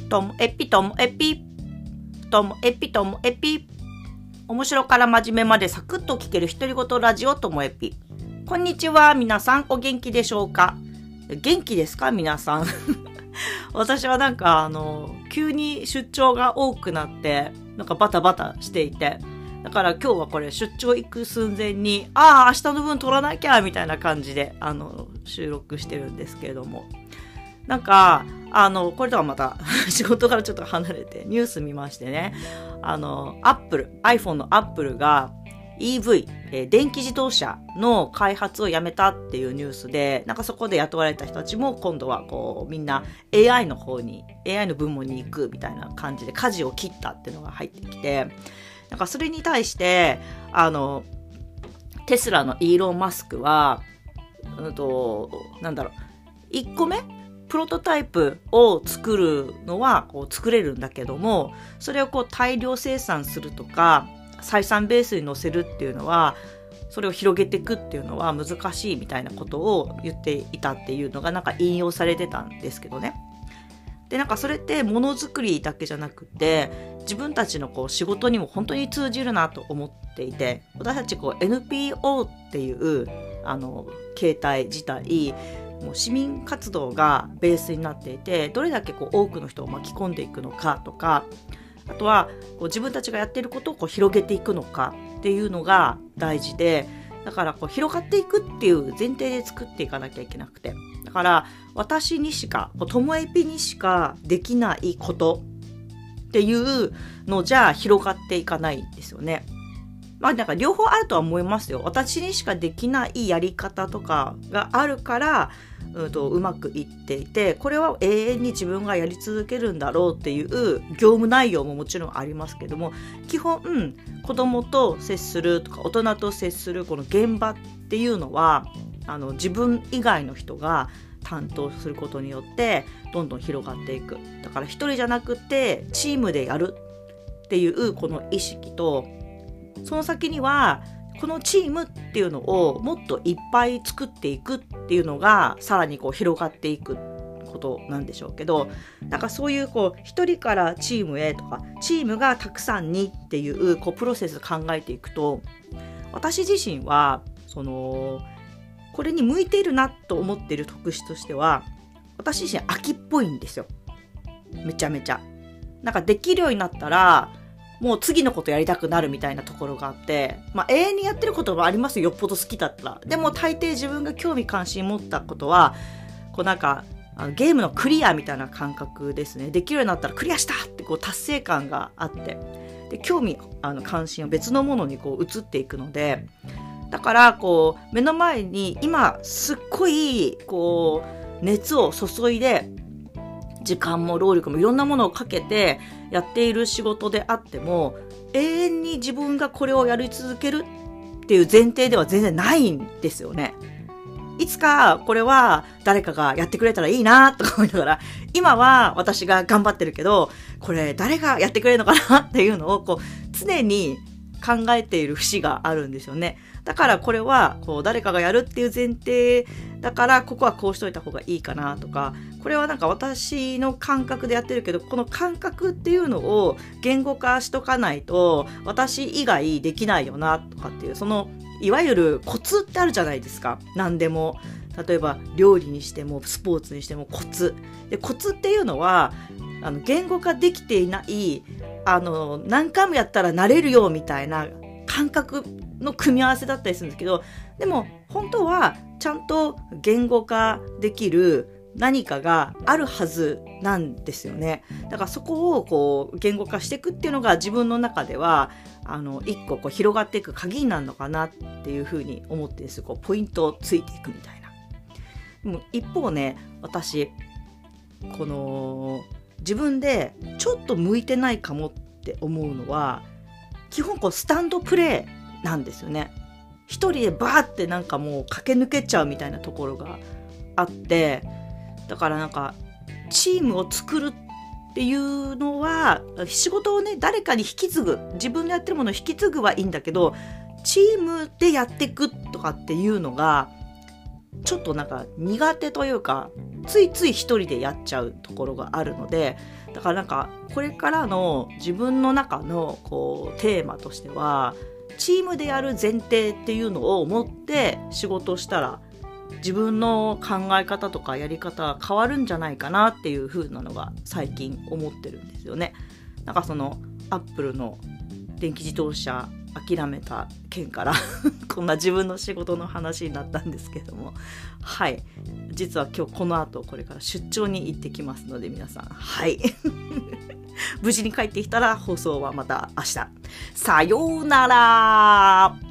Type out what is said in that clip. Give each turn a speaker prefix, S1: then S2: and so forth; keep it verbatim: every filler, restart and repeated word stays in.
S1: ともえぴともえぴともえぴともえぴ面白から真面目までサクッと聞ける独り言ラジオともえぴ。こんにちは、皆さんお元気でしょうか。元気ですか皆さん私はなんかあの急に出張が多くなってなんかバタバタしていて、だから今日はこれ出張行く寸前にああ明日の分取らなきゃみたいな感じであの収録してるんですけれども、なんかあのこれとはまた仕事からちょっと離れてニュース見ましてね、あのアップル iPhone のアップルが イーブイ、えー、電気自動車の開発をやめたっていうニュースで、なんかそこで雇われた人たちも今度はこうみんな エーアイ の方に エーアイ の部門に行くみたいな感じで舵を切ったっていうのが入ってきて、なんかそれに対してあのテスラのイーロン・マスクは、うんと、なんだろう、いっこめプロトタイプを作るのはこう作れるんだけども、それをこう大量生産するとか採算ベースに乗せるっていうのは、それを広げていくっていうのは難しいみたいなことを言っていたっていうのがなんか引用されてたんですけどね。で、なんかそれってものづくりだけじゃなくて自分たちのこう仕事にも本当に通じるなと思っていて、私たちこう エヌピーオー っていうあの形態自体もう市民活動がベースになっていて、どれだけこう多くの人を巻き込んでいくのかとか、あとはこう自分たちがやっていることをこう広げていくのかっていうのが大事で、だからこう広がっていくっていう前提で作っていかなきゃいけなくて、だから私にしかともえぴにしかできないことっていうのじゃ広がっていかないんですよね。まあなんか両方あるとは思いますよ。私にしかできないやり方とかがあるから、うんと、うまくいっていて、これは永遠に自分がやり続けるんだろうっていう業務内容ももちろんありますけども、基本、うん、子供と接するとか大人と接するこの現場っていうのはあの自分以外の人が担当することによってどんどん広がっていく。だから一人じゃなくてチームでやるっていうこの意識と、その先にはこのチームっていうのをもっといっぱい作っていくっていうのがさらにこう広がっていくことなんでしょうけど、なんかそういうこう一人からチームへとかチームがたくさんにっていうこうプロセス考えていくと、私自身はそのこれに向いているなと思っている特質としては、私自身秋っぽいんですよ。めちゃめちゃなんかできるようになったらもう次のことやりたくなるみたいなところがあって、まあ永遠にやってることもありますよ、よっぽど好きだったら。でも大抵自分が興味関心持ったことはこうなんかあのゲームのクリアみたいな感覚ですね。できるようになったらクリアしたってこう達成感があって、で興味あの関心は別のものにこう移っていくので、だからこう目の前に今すっごいこう熱を注いで時間も労力もいろんなものをかけてやっている仕事であっても、永遠に自分がこれをやり続けるっていう前提では全然ないんですよね。いつかこれは誰かがやってくれたらいいなとか思いながら、今は私が頑張ってるけどこれ誰がやってくれるのかなっていうのをこう常に考えている節があるんですよね。だからこれはこう誰かがやるっていう前提だから、ここはこうしといた方がいいかなとか、これはなんか私の感覚でやってるけど、この感覚っていうのを言語化しとかないと私以外できないよなとかっていう、そのいわゆるコツってあるじゃないですか。何でも例えば料理にしてもスポーツにしてもコツで、コツっていうのはあの言語化できていないあの何回もやったら慣れるよみたいな感覚の組み合わせだったりするんですけど、でも本当はちゃんと言語化できる何かがあるはずなんですよね。だからそこをこう言語化していくっていうのが自分の中ではあの一個こう広がっていく鍵になるのかなっていうふうに思ってです、こうポイントをついていくみたいな。でも一方ね、私この自分でちょっと向いてないかもって思うのは、基本こうスタンドプレーなんですよね。一人でバーってなんかもう駆け抜けちゃうみたいなところがあって、だからなんかチームを作るっていうのは仕事をね誰かに引き継ぐ、自分のやってるものを引き継ぐはいいんだけど、チームでやっていくとかっていうのがちょっとなんか苦手というかついつい一人でやっちゃうところがあるので、だからなんかこれからの自分の中のこうテーマとしては、チームでやる前提っていうのを持って仕事をしたら自分の考え方とかやり方が変わるんじゃないかなっていう風なのが最近思ってるんですよね。なんかそのアップルの電気自動車諦めた件からこんな自分の仕事の話になったんですけども、はい、実は今日この後これから出張に行ってきますので、皆さん、はい無事に帰ってきたら放送はまた明日。さようなら。